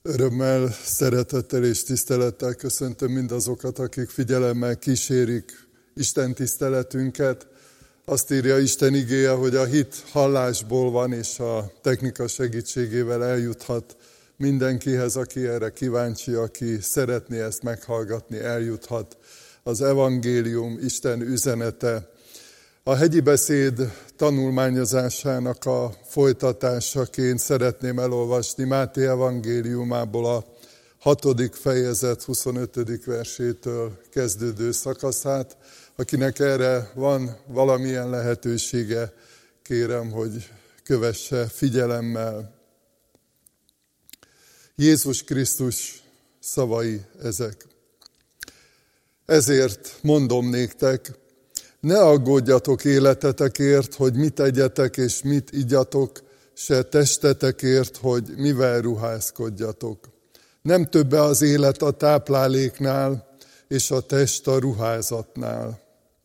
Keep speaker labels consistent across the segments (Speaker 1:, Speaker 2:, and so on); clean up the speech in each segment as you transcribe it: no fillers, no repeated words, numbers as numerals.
Speaker 1: Örömmel, szeretettel és tisztelettel köszöntöm mindazokat, akik figyelemmel kísérik Isten tiszteletünket. Azt írja Isten igéje, hogy a hit hallásból van, és a technika segítségével eljuthat mindenkihez, aki erre kíváncsi, aki szeretné ezt meghallgatni, eljuthat az evangélium, Isten üzenete. A hegyi beszéd tanulmányozásának a folytatásaként szeretném elolvasni Máté evangéliumából a 6. fejezet 25. versétől kezdődő szakaszát. Akinek erre van valamilyen lehetősége, kérem, hogy kövesse figyelemmel. Jézus Krisztus szavai ezek. Ezért mondom néktek, ne aggódjatok életetekért, hogy mit egyetek és mit igyatok, se testetekért, hogy mivel ruházkodjatok. Nem többe az élet a tápláléknál, és a test a ruházatnál.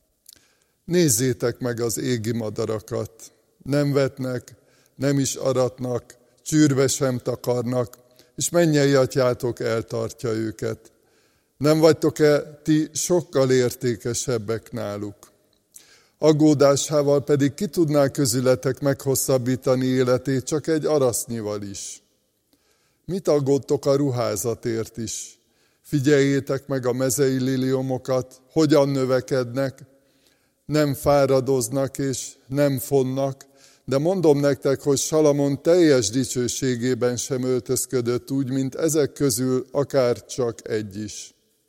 Speaker 1: Nézzétek meg az égi madarakat. Nem vetnek, nem is aratnak, csűrbe sem takarnak, és mennyei atyátok eltartja őket. Nem vagytok-e ti sokkal értékesebbek náluk? Aggódásával pedig ki tudná közületek meghosszabbítani életét csak egy arasznyival is. Mit aggódtok a ruházatért is? Figyeljétek meg a mezei liliomokat, hogyan növekednek, nem fáradoznak és nem fonnak, de mondom nektek, hogy Salamon teljes dicsőségében sem öltözködött úgy, mint ezek közül akár csak egy is.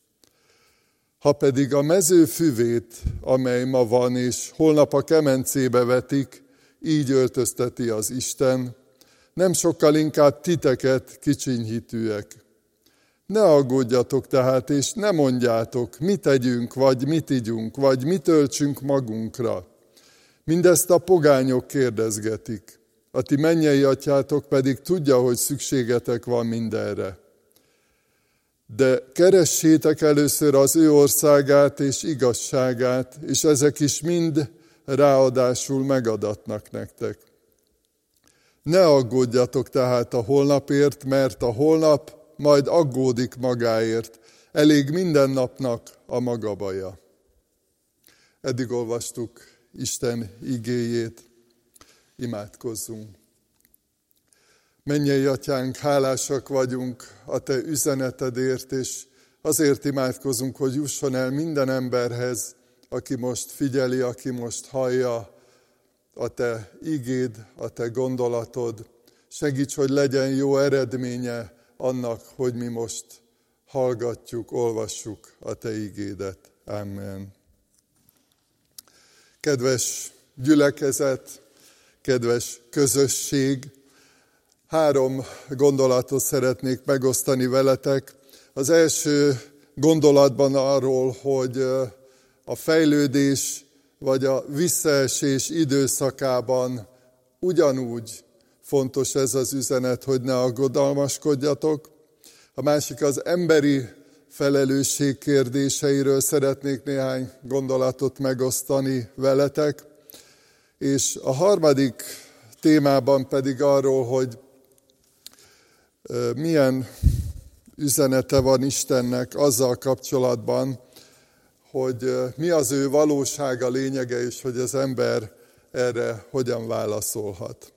Speaker 1: Ha pedig a mező füvét, amely ma van és holnap a kemencébe vetik, így öltözteti az Isten, nem sokkal inkább titeket, kicsinyhitűek. Ne aggódjatok tehát, és ne mondjátok, mit tegyünk, vagy mit igyunk, vagy mit öltsünk magunkra. Mindezt a pogányok kérdezgetik. A ti mennyei atyátok pedig tudja, hogy szükségetek van mindenre. De keressétek először az ő országát és igazságát, és ezek is mind ráadásul megadatnak nektek. Ne aggódjatok tehát a holnapért, mert a holnap majd aggódik magáért. Elég minden napnak a maga baja. Eddig olvastuk Isten igéjét. Imádkozzunk. Mennyei atyánk, hálásak vagyunk a te üzenetedért, és azért imádkozunk, hogy jusson el minden emberhez, aki most figyeli, aki most hallja a te igéd, a te gondolatod. Segíts, hogy legyen jó eredménye annak, hogy mi most hallgatjuk, olvassuk a te igédet. Amen. Kedves gyülekezet, kedves közösség, 3 gondolatot szeretnék megosztani veletek. Az első gondolatban arról, hogy a fejlődés vagy a visszaesés időszakában ugyanúgy fontos ez az üzenet, hogy ne aggodalmaskodjatok. A másik az emberi felelősség kérdéseiről szeretnék néhány gondolatot megosztani veletek. És a harmadik témában pedig arról, hogy milyen üzenete van Istennek azzal kapcsolatban, hogy mi az ő valósága, lényege, és hogy az ember erre hogyan válaszolhat.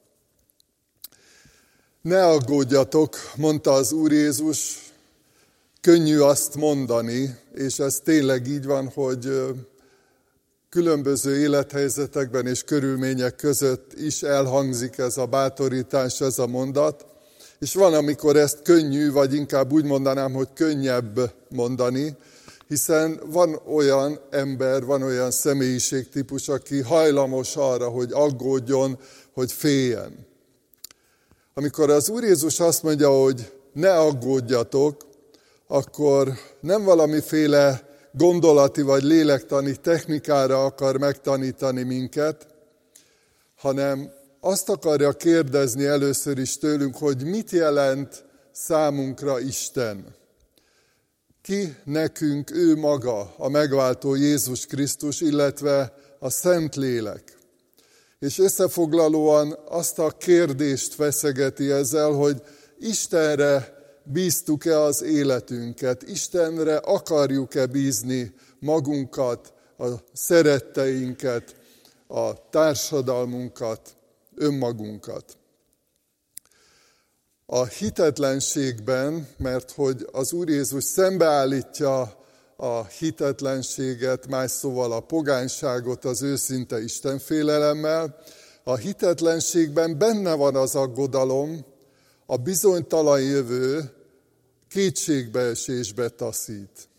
Speaker 1: Ne aggódjatok, mondta az Úr Jézus, könnyű azt mondani, és ez tényleg így van, hogy különböző élethelyzetekben és körülmények között is elhangzik ez a bátorítás, ez a mondat, és van, amikor ezt könnyű, vagy inkább úgy mondanám, hogy könnyebb mondani, hiszen van olyan ember, van olyan személyiségtípus, aki hajlamos arra, hogy aggódjon, hogy féljen. Amikor az Úr Jézus azt mondja, hogy ne aggódjatok, akkor nem valamiféle gondolati vagy lélektani technikára akar megtanítani minket, hanem azt akarja kérdezni először is tőlünk, hogy mit jelent számunkra Isten. Ki nekünk ő maga, a megváltó Jézus Krisztus, illetve a Szentlélek. És összefoglalóan azt a kérdést feszegeti ezzel, hogy Istenre bíztuk-e az életünket, Istenre akarjuk-e bízni magunkat, a szeretteinket, a társadalmunkat, önmagunkat. A hitetlenségben, mert hogy az Úr Jézus szembeállítja a hitetlenséget, más szóval a pogányságot az őszinte istenfélelemmel, a hitetlenségben benne van az aggodalom, a bizonytalan jövő kétségbeesésbe taszít.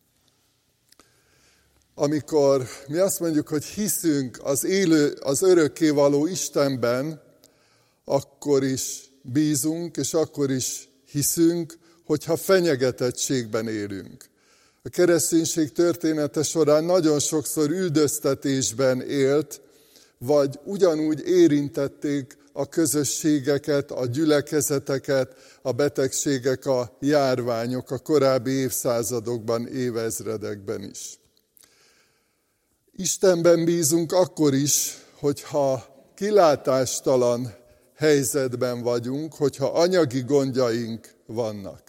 Speaker 1: Amikor mi azt mondjuk, hogy hiszünk az élő, az örökkévaló Istenben, akkor is bízunk, és akkor is hiszünk, hogyha fenyegetettségben élünk. A kereszténység története során nagyon sokszor üldöztetésben élt, vagy ugyanúgy érintették a közösségeket, a gyülekezeteket, a betegségek, a járványok a korábbi évszázadokban, évezredekben is. Istenben bízunk akkor is, hogyha kilátástalan helyzetben vagyunk, hogyha anyagi gondjaink vannak.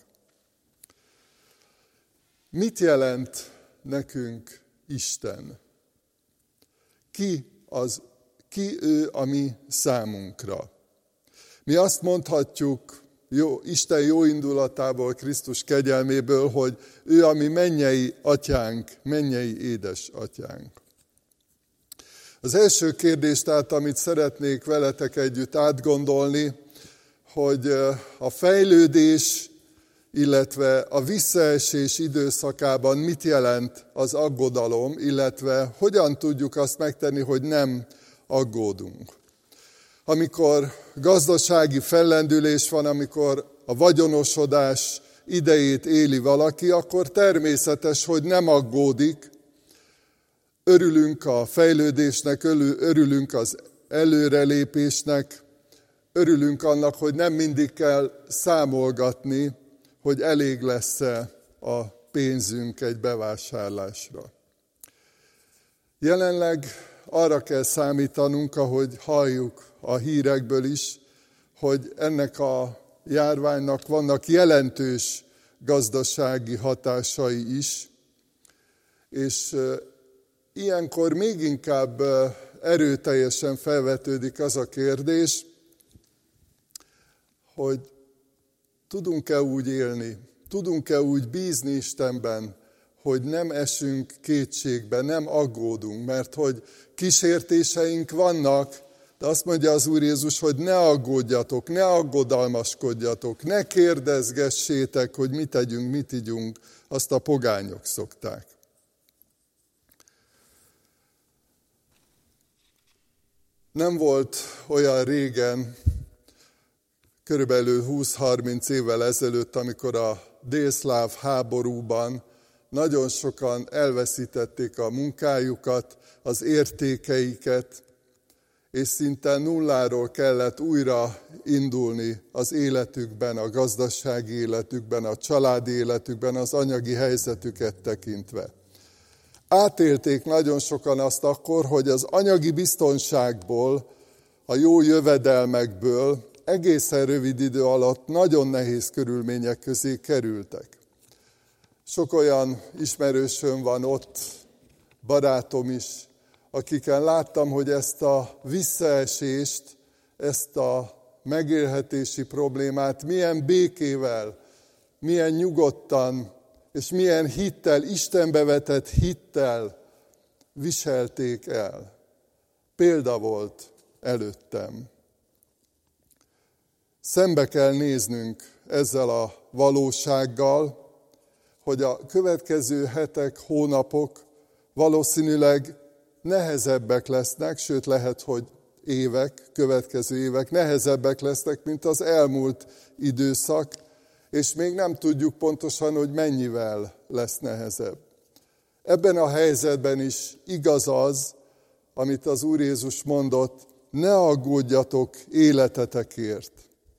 Speaker 1: Mit jelent nekünk Isten? Ki ő a mi számunkra? Mi azt mondhatjuk Isten jó indulatából, Krisztus kegyelméből, hogy ő a mi mennyei atyánk, mennyei édesatyánk. Az első kérdés, tehát, amit szeretnék veletek együtt átgondolni, hogy a fejlődés, illetve a visszaesés időszakában mit jelent az aggodalom, illetve hogyan tudjuk azt megtenni, hogy nem aggódunk. Amikor gazdasági fellendülés van, amikor a vagyonosodás idejét éli valaki, akkor természetes, hogy nem aggódik. Örülünk a fejlődésnek, örülünk az előrelépésnek, örülünk annak, hogy nem mindig kell számolgatni, hogy elég lesz-e a pénzünk egy bevásárlásra. Jelenleg arra kell számítanunk, ahogy halljuk a hírekből is, hogy ennek a járványnak vannak jelentős gazdasági hatásai is, és ilyenkor még inkább erőteljesen felvetődik az a kérdés, hogy tudunk-e úgy élni, tudunk-e úgy bízni Istenben, hogy nem esünk kétségbe, nem aggódunk, mert hogy kísértéseink vannak, de azt mondja az Úr Jézus, hogy ne aggódjatok, ne aggodalmaskodjatok, ne kérdezgessétek, hogy mit tegyünk, mit igyunk, azt a pogányok szokták. Nem volt olyan régen, körülbelül 20-30 évvel ezelőtt, amikor a délszláv háborúban nagyon sokan elveszítették a munkájukat, az értékeiket, és szinte nulláról kellett újra indulni az életükben, a gazdasági életükben, a családi életükben, az anyagi helyzetüket tekintve. Átélték nagyon sokan azt akkor, hogy az anyagi biztonságból, a jó jövedelmekből egészen rövid idő alatt nagyon nehéz körülmények közé kerültek. Sok olyan ismerősöm van ott, barátom is, akiken láttam, hogy ezt a visszaesést, ezt a megélhetési problémát milyen békével, milyen nyugodtan, és milyen hittel, Istenbe vetett hittel viselték el. Példa volt előttem. Szembe kell néznünk ezzel a valósággal, hogy a következő hetek, hónapok valószínűleg nehezebbek lesznek, sőt lehet, hogy következő évek nehezebbek lesznek, mint az elmúlt időszak, és még nem tudjuk pontosan, hogy mennyivel lesz nehezebb. Ebben a helyzetben is igaz az, amit az Úr Jézus mondott, ne aggódjatok életetekért.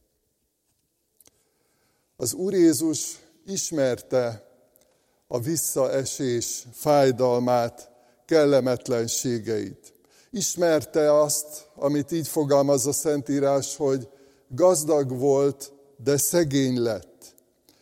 Speaker 1: Az Úr Jézus ismerte a visszaesés fájdalmát, kellemetlenségeit. Ismerte azt, amit így fogalmaz a Szentírás, hogy gazdag volt, de szegény lett.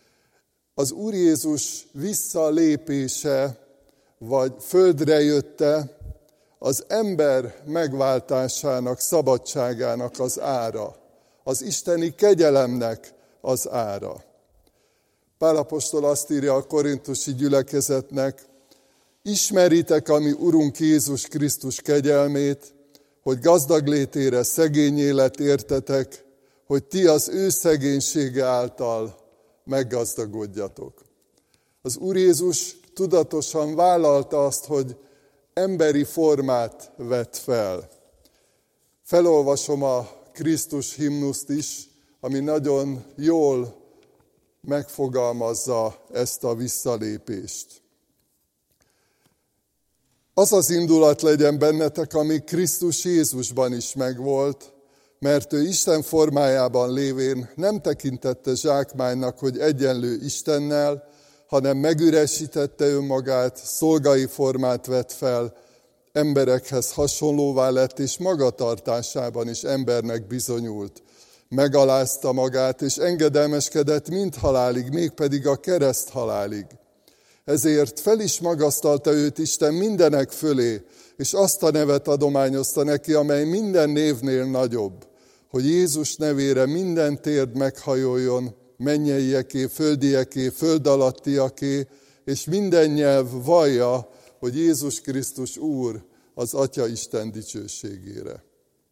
Speaker 1: az Úr Jézus visszalépése, vagy földre jötte, az ember megváltásának, szabadságának az ára, az isteni kegyelemnek az ára. Pál apostol azt írja a korintusi gyülekezetnek, ismeritek a mi Urunk Jézus Krisztus kegyelmét, hogy gazdag létére szegényé lett értetek, hogy ti az ő szegénysége által meggazdagodjatok. Az Úr Jézus tudatosan vállalta azt, hogy emberi formát vett fel. Felolvasom a Krisztus himnuszt is, ami nagyon jól megfogalmazza ezt a visszalépést. Az az indulat legyen bennetek, ami Krisztus Jézusban is megvolt, mert ő Isten formájában lévén nem tekintette zsákmánynak, hogy egyenlő Istennel, hanem megüresítette önmagát, szolgai formát vett fel, emberekhez hasonlóvá lett, és magatartásában is embernek bizonyult. Megalázta magát, és engedelmeskedett mindhalálig, mégpedig a kereszt halálig. Ezért fel is magasztalta őt Isten mindenek fölé, és azt a nevet adományozta neki, amely minden névnél nagyobb, hogy Jézus nevére minden térd meghajoljon, mennyeieké, földieké, föld alattiaké, és minden nyelv vallja, hogy Jézus Krisztus Úr az Atya Isten dicsőségére.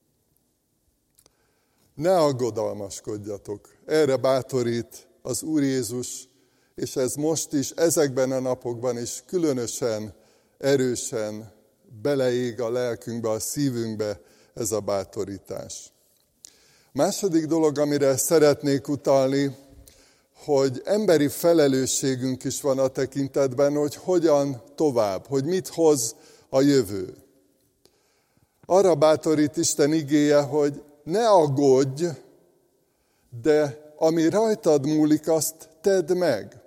Speaker 1: Ne aggodalmaskodjatok, erre bátorít az Úr Jézus, és ez most is, ezekben a napokban is különösen erősen beleég a lelkünkbe, a szívünkbe ez a bátorítás. Második dolog, amire szeretnék utalni, hogy emberi felelősségünk is van a tekintetben, hogy hogyan tovább, hogy mit hoz a jövő. Arra bátorít Isten igéje, hogy ne aggódj, de ami rajtad múlik, azt tedd meg.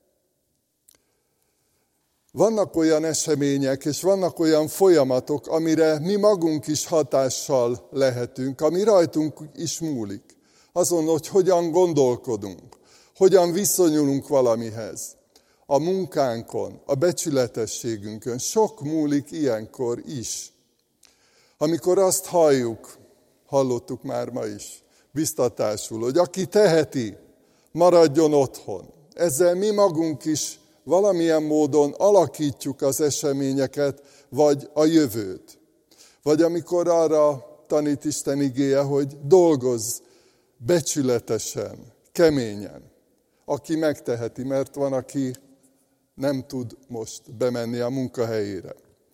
Speaker 1: Vannak olyan események, és vannak olyan folyamatok, amire mi magunk is hatással lehetünk, ami rajtunk is múlik. Azon, hogy hogyan gondolkodunk, hogyan viszonyulunk valamihez. A munkánkon, a becsületességünkön sok múlik ilyenkor is. Amikor azt hallottuk már ma is, biztatásul, hogy aki teheti, maradjon otthon. Ezzel mi magunk is valamilyen módon alakítjuk az eseményeket, vagy a jövőt. Vagy amikor arra tanít Isten igéje, hogy dolgozz becsületesen, keményen. Aki megteheti, mert van, aki nem tud most bemenni a munkahelyére.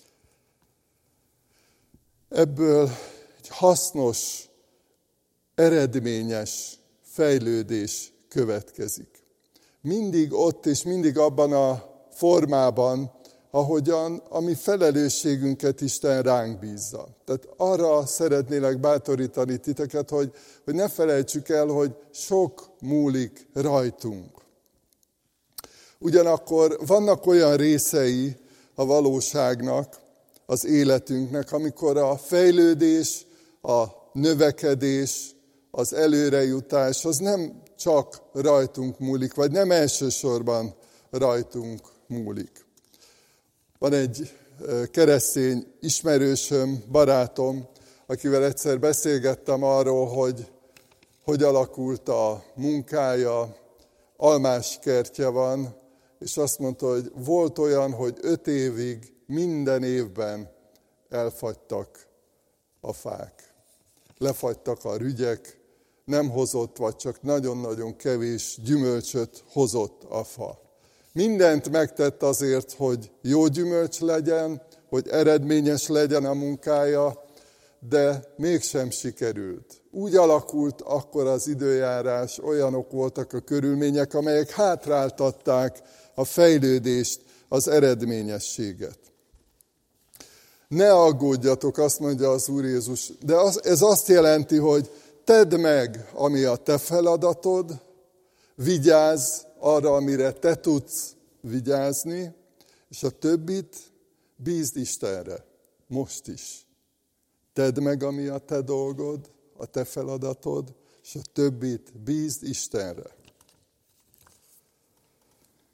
Speaker 1: Ebből egy hasznos, eredményes fejlődés következik. Mindig ott és mindig abban a formában, ahogyan a mi felelősségünket Isten ránk bízza. Tehát arra szeretnélek bátorítani titeket, hogy ne felejtsük el, hogy sok múlik rajtunk. Ugyanakkor vannak olyan részei a valóságnak, az életünknek, amikor a fejlődés, a növekedés, az előrejutás, az nem csak rajtunk múlik, vagy nem elsősorban rajtunk múlik. Van egy keresztény ismerősöm, barátom, akivel egyszer beszélgettem arról, hogy alakult a munkája, almáskertje van, és azt mondta, hogy volt olyan, hogy 5 évig minden évben elfagytak a fák. Lefagytak a rügyek, nem hozott, vagy csak nagyon-nagyon kevés gyümölcsöt hozott a fa. Mindent megtett azért, hogy jó gyümölcs legyen, hogy eredményes legyen a munkája, de mégsem sikerült. Úgy alakult akkor az időjárás, olyanok voltak a körülmények, amelyek hátráltatták a fejlődést, az eredményességet. Ne aggódjatok, azt mondja az Úr Jézus, de ez azt jelenti, hogy tedd meg, ami a te feladatod, vigyázz arra, amire te tudsz vigyázni, és a többit bízd Istenre, most is. Tedd meg, ami a te dolgod, a te feladatod, és a többit bízd Istenre.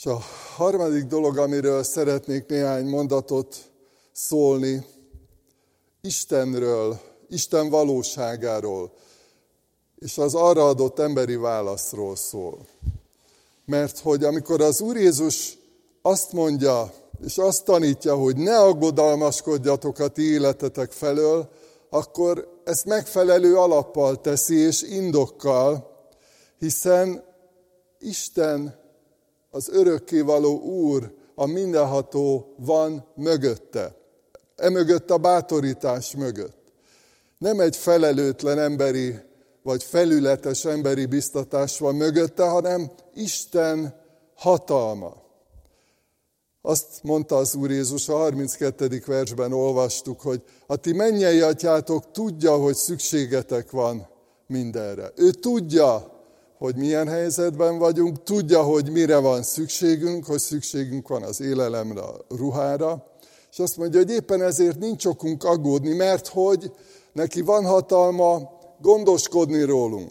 Speaker 1: És a harmadik dolog, amiről szeretnék néhány mondatot szólni, Istenről, Isten valóságáról, és az arra adott emberi válaszról szól. Mert hogy amikor az Úr Jézus azt mondja, és azt tanítja, hogy ne aggodalmaskodjatok a ti életetek felől, akkor ezt megfelelő alappal teszi, és indokkal, hiszen Isten, az örökkévaló Úr, a mindenható van mögötte. Emögött a bátorítás mögött. Nem egy felelőtlen emberi, vagy felületes emberi biztatás van mögötte, hanem Isten hatalma. Azt mondta az Úr Jézus, a 32. versben olvastuk, hogy a ti mennyei atyátok tudja, hogy szükségetek van mindenre. Ő tudja, hogy milyen helyzetben vagyunk, tudja, hogy mire van szükségünk, hogy szükségünk van az élelemre, a ruhára. És azt mondja, hogy éppen ezért nincs okunk aggódni, mert hogy neki van hatalma gondoskodni rólunk.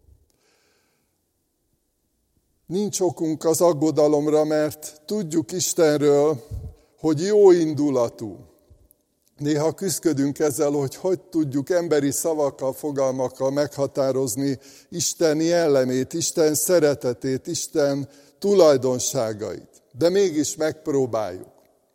Speaker 1: Nincs okunk az aggodalomra, mert tudjuk Istenről, hogy jó indulatú. Néha küszködünk ezzel, hogy tudjuk emberi szavakkal, fogalmakkal meghatározni Isten jellemét, Isten szeretetét, Isten tulajdonságait. De mégis megpróbáljuk.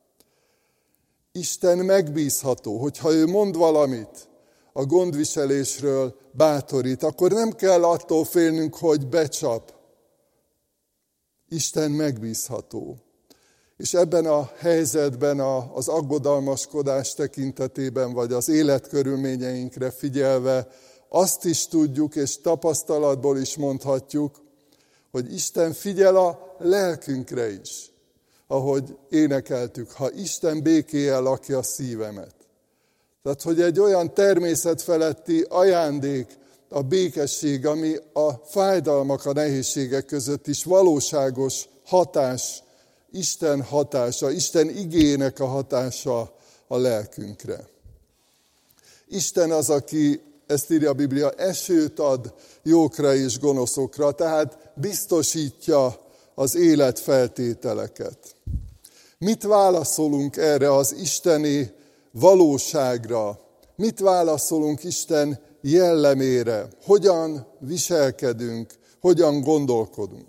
Speaker 1: Isten megbízható, hogyha ő mond valamit a gondviselésről, bátorít, akkor nem kell attól félnünk, hogy becsap. Isten megbízható. És ebben a helyzetben az aggodalmaskodás tekintetében, vagy az életkörülményeinkre figyelve azt is tudjuk, és tapasztalatból is mondhatjuk, hogy Isten figyel a lelkünkre is. Ahogy énekeltük, ha Isten békéje lakja a szívemet. Tehát, hogy egy olyan természetfeletti ajándék, a békesség, ami a fájdalmak, a nehézségek között is valóságos hatás, Isten hatása, Isten igének a hatása a lelkünkre. Isten az, aki, ezt írja a Biblia, esőt ad jókra és gonoszokra, tehát biztosítja az életfeltételeket. Mit válaszolunk erre az isteni valóságra? Mit válaszolunk Isten jellemére? Hogyan viselkedünk? Hogyan gondolkodunk?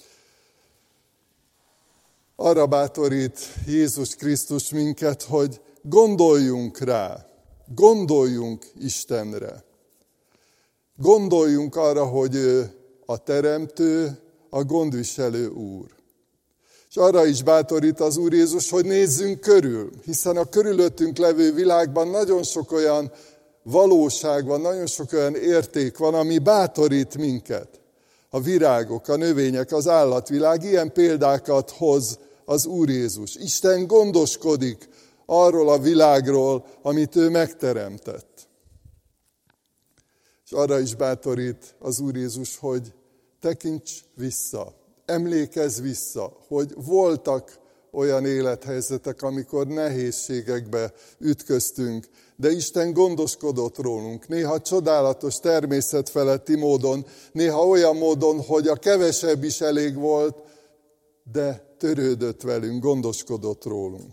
Speaker 1: Arra bátorít Jézus Krisztus minket, hogy gondoljunk rá, gondoljunk Istenre. Gondoljunk arra, hogy ő a teremtő, a gondviselő Úr. És arra is bátorít az Úr Jézus, hogy nézzünk körül, hiszen a körülöttünk levő világban nagyon sok olyan valóság van, nagyon sok olyan érték van, ami bátorít minket. A virágok, a növények, az állatvilág, ilyen példákat hoz az Úr Jézus. Isten gondoskodik arról a világról, amit ő megteremtett. És arra is bátorít az Úr Jézus, hogy tekints vissza, emlékezz vissza, hogy voltak olyan élethelyzetek, amikor nehézségekbe ütköztünk, de Isten gondoskodott rólunk. Néha csodálatos, természetfeletti módon, néha olyan módon, hogy a kevesebb is elég volt, de törődött velünk, gondoskodott rólunk.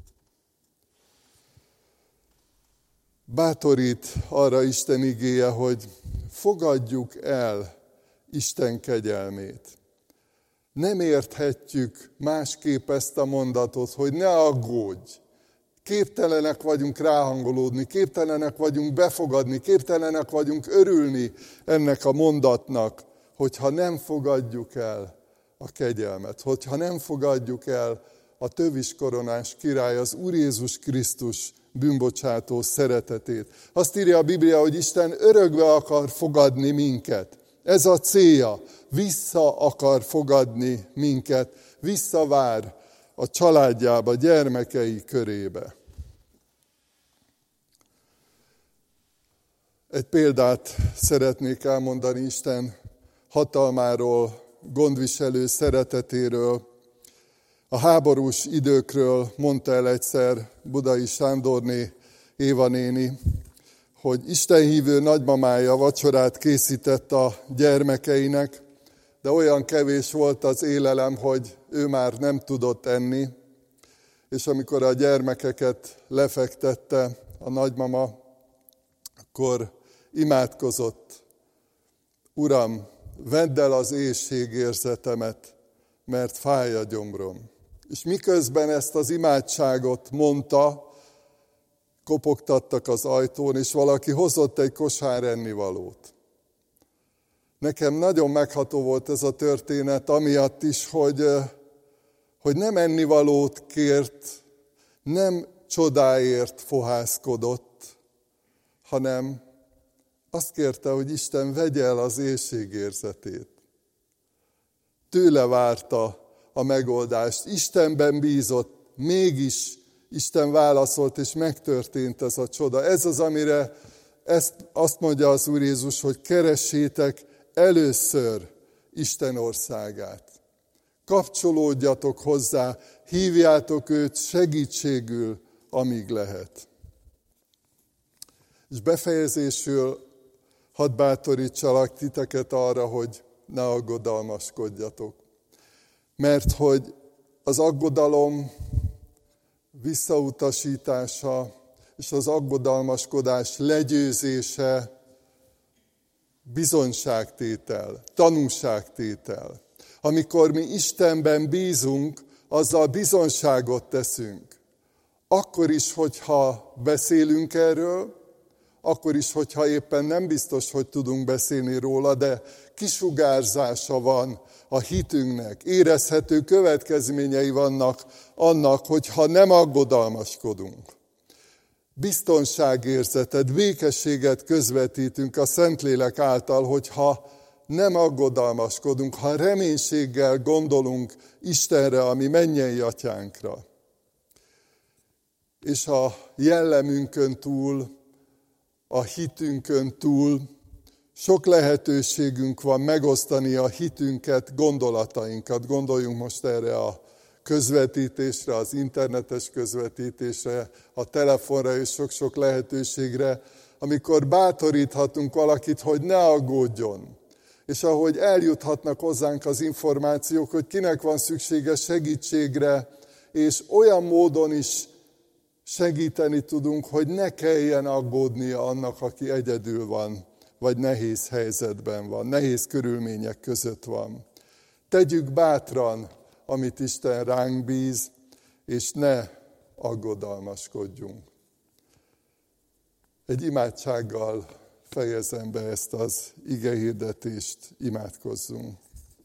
Speaker 1: Bátorít arra Isten igéje, hogy fogadjuk el Isten kegyelmét. Nem érthetjük másképp ezt a mondatot, hogy ne aggódj. Képtelenek vagyunk ráhangolódni, képtelenek vagyunk befogadni, képtelenek vagyunk örülni ennek a mondatnak, hogyha nem fogadjuk el a kegyelmet, hogyha nem fogadjuk el a töviskoronás király, az Úr Jézus Krisztus bűnbocsátó szeretetét. Azt írja a Biblia, hogy Isten örökbe akar fogadni minket. Ez a célja, vissza akar fogadni minket, visszavár a családjába, gyermekei körébe. Egy példát szeretnék elmondani Isten hatalmáról, gondviselő szeretetéről. A háborús időkről mondta el egyszer Budai Sándorné Éva néni, hogy istenhívő nagymamája vacsorát készített a gyermekeinek, de olyan kevés volt az élelem, hogy ő már nem tudott enni, és amikor a gyermekeket lefektette a nagymama, akkor imádkozott: Uram, vedd el az éhségérzetemet, mert fáj a gyomrom. És miközben ezt az imádságot mondta, kopogtattak az ajtón, és valaki hozott egy kosár ennivalót. Nekem nagyon megható volt ez a történet, amiatt is, hogy nem ennivalót kért, nem csodáért fohászkodott, hanem azt kérte, hogy Isten vegye el az éhségérzetét. Tőle várta a megoldást, Istenben bízott, mégis Isten válaszolt, és megtörtént ez a csoda. Ez az, amire azt mondja az Úr Jézus, hogy keressétek először Isten országát. Kapcsolódjatok hozzá, hívjátok őt segítségül, amíg lehet. És befejezésül hadd bátorítsalak titeket arra, hogy ne aggodalmaskodjatok. Mert hogy az aggodalom visszautasítása és az aggodalmaskodás legyőzése bizonyságtétel, tanúságtétel. Amikor mi Istenben bízunk, azzal bizonyságot teszünk. Akkor is, hogyha beszélünk erről, akkor is, hogyha éppen nem biztos, hogy tudunk beszélni róla, de kisugárzása van a hitünknek, érezhető következményei vannak annak, hogyha nem aggodalmaskodunk. Biztonságérzetet, békességet közvetítünk a Szentlélek által, hogyha nem aggodalmaskodunk, ha reménységgel gondolunk Istenre, a mi mennyei atyánkra. És a jellemünkön túl, a hitünkön túl sok lehetőségünk van megosztani a hitünket, gondolatainkat. Gondoljunk most erre a közvetítésre, az internetes közvetítésre, a telefonra és sok-sok lehetőségre, amikor bátoríthatunk valakit, hogy ne aggódjon. És ahogy eljuthatnak hozzánk az információk, hogy kinek van szüksége segítségre, és olyan módon is segíteni tudunk, hogy ne kelljen aggódnia annak, aki egyedül van, vagy nehéz helyzetben van, nehéz körülmények között van. Tegyük bátran, amit Isten ránk bíz, és ne aggodalmaskodjunk. Egy imádsággal fejezem be ezt az igehirdetést, imádkozzunk.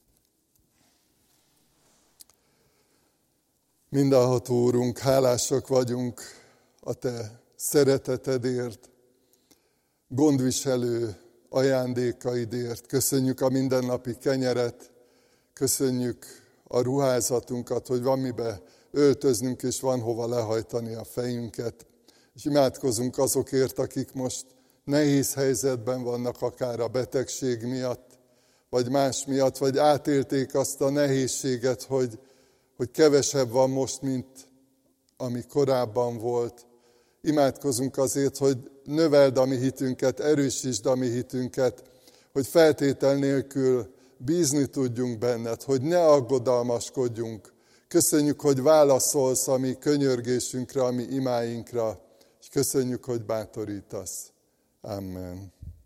Speaker 1: Mindenható Úrunk, hálásak vagyunk a Te szeretetedért, gondviselő ajándékaidért. Köszönjük a mindennapi kenyeret, köszönjük a ruházatunkat, hogy van mibe öltöznünk, és van hova lehajtani a fejünket. És imádkozunk azokért, akik most nehéz helyzetben vannak, akár a betegség miatt, vagy más miatt, vagy átélték azt a nehézséget, hogy kevesebb van most, mint ami korábban volt. Imádkozunk azért, hogy növeld a mi hitünket, erősítsd a mi hitünket, hogy feltétel nélkül bízni tudjunk benned, hogy ne aggodalmaskodjunk. Köszönjük, hogy válaszolsz a mi könyörgésünkre, a mi imáinkra, és köszönjük, hogy bátorítasz. Amen.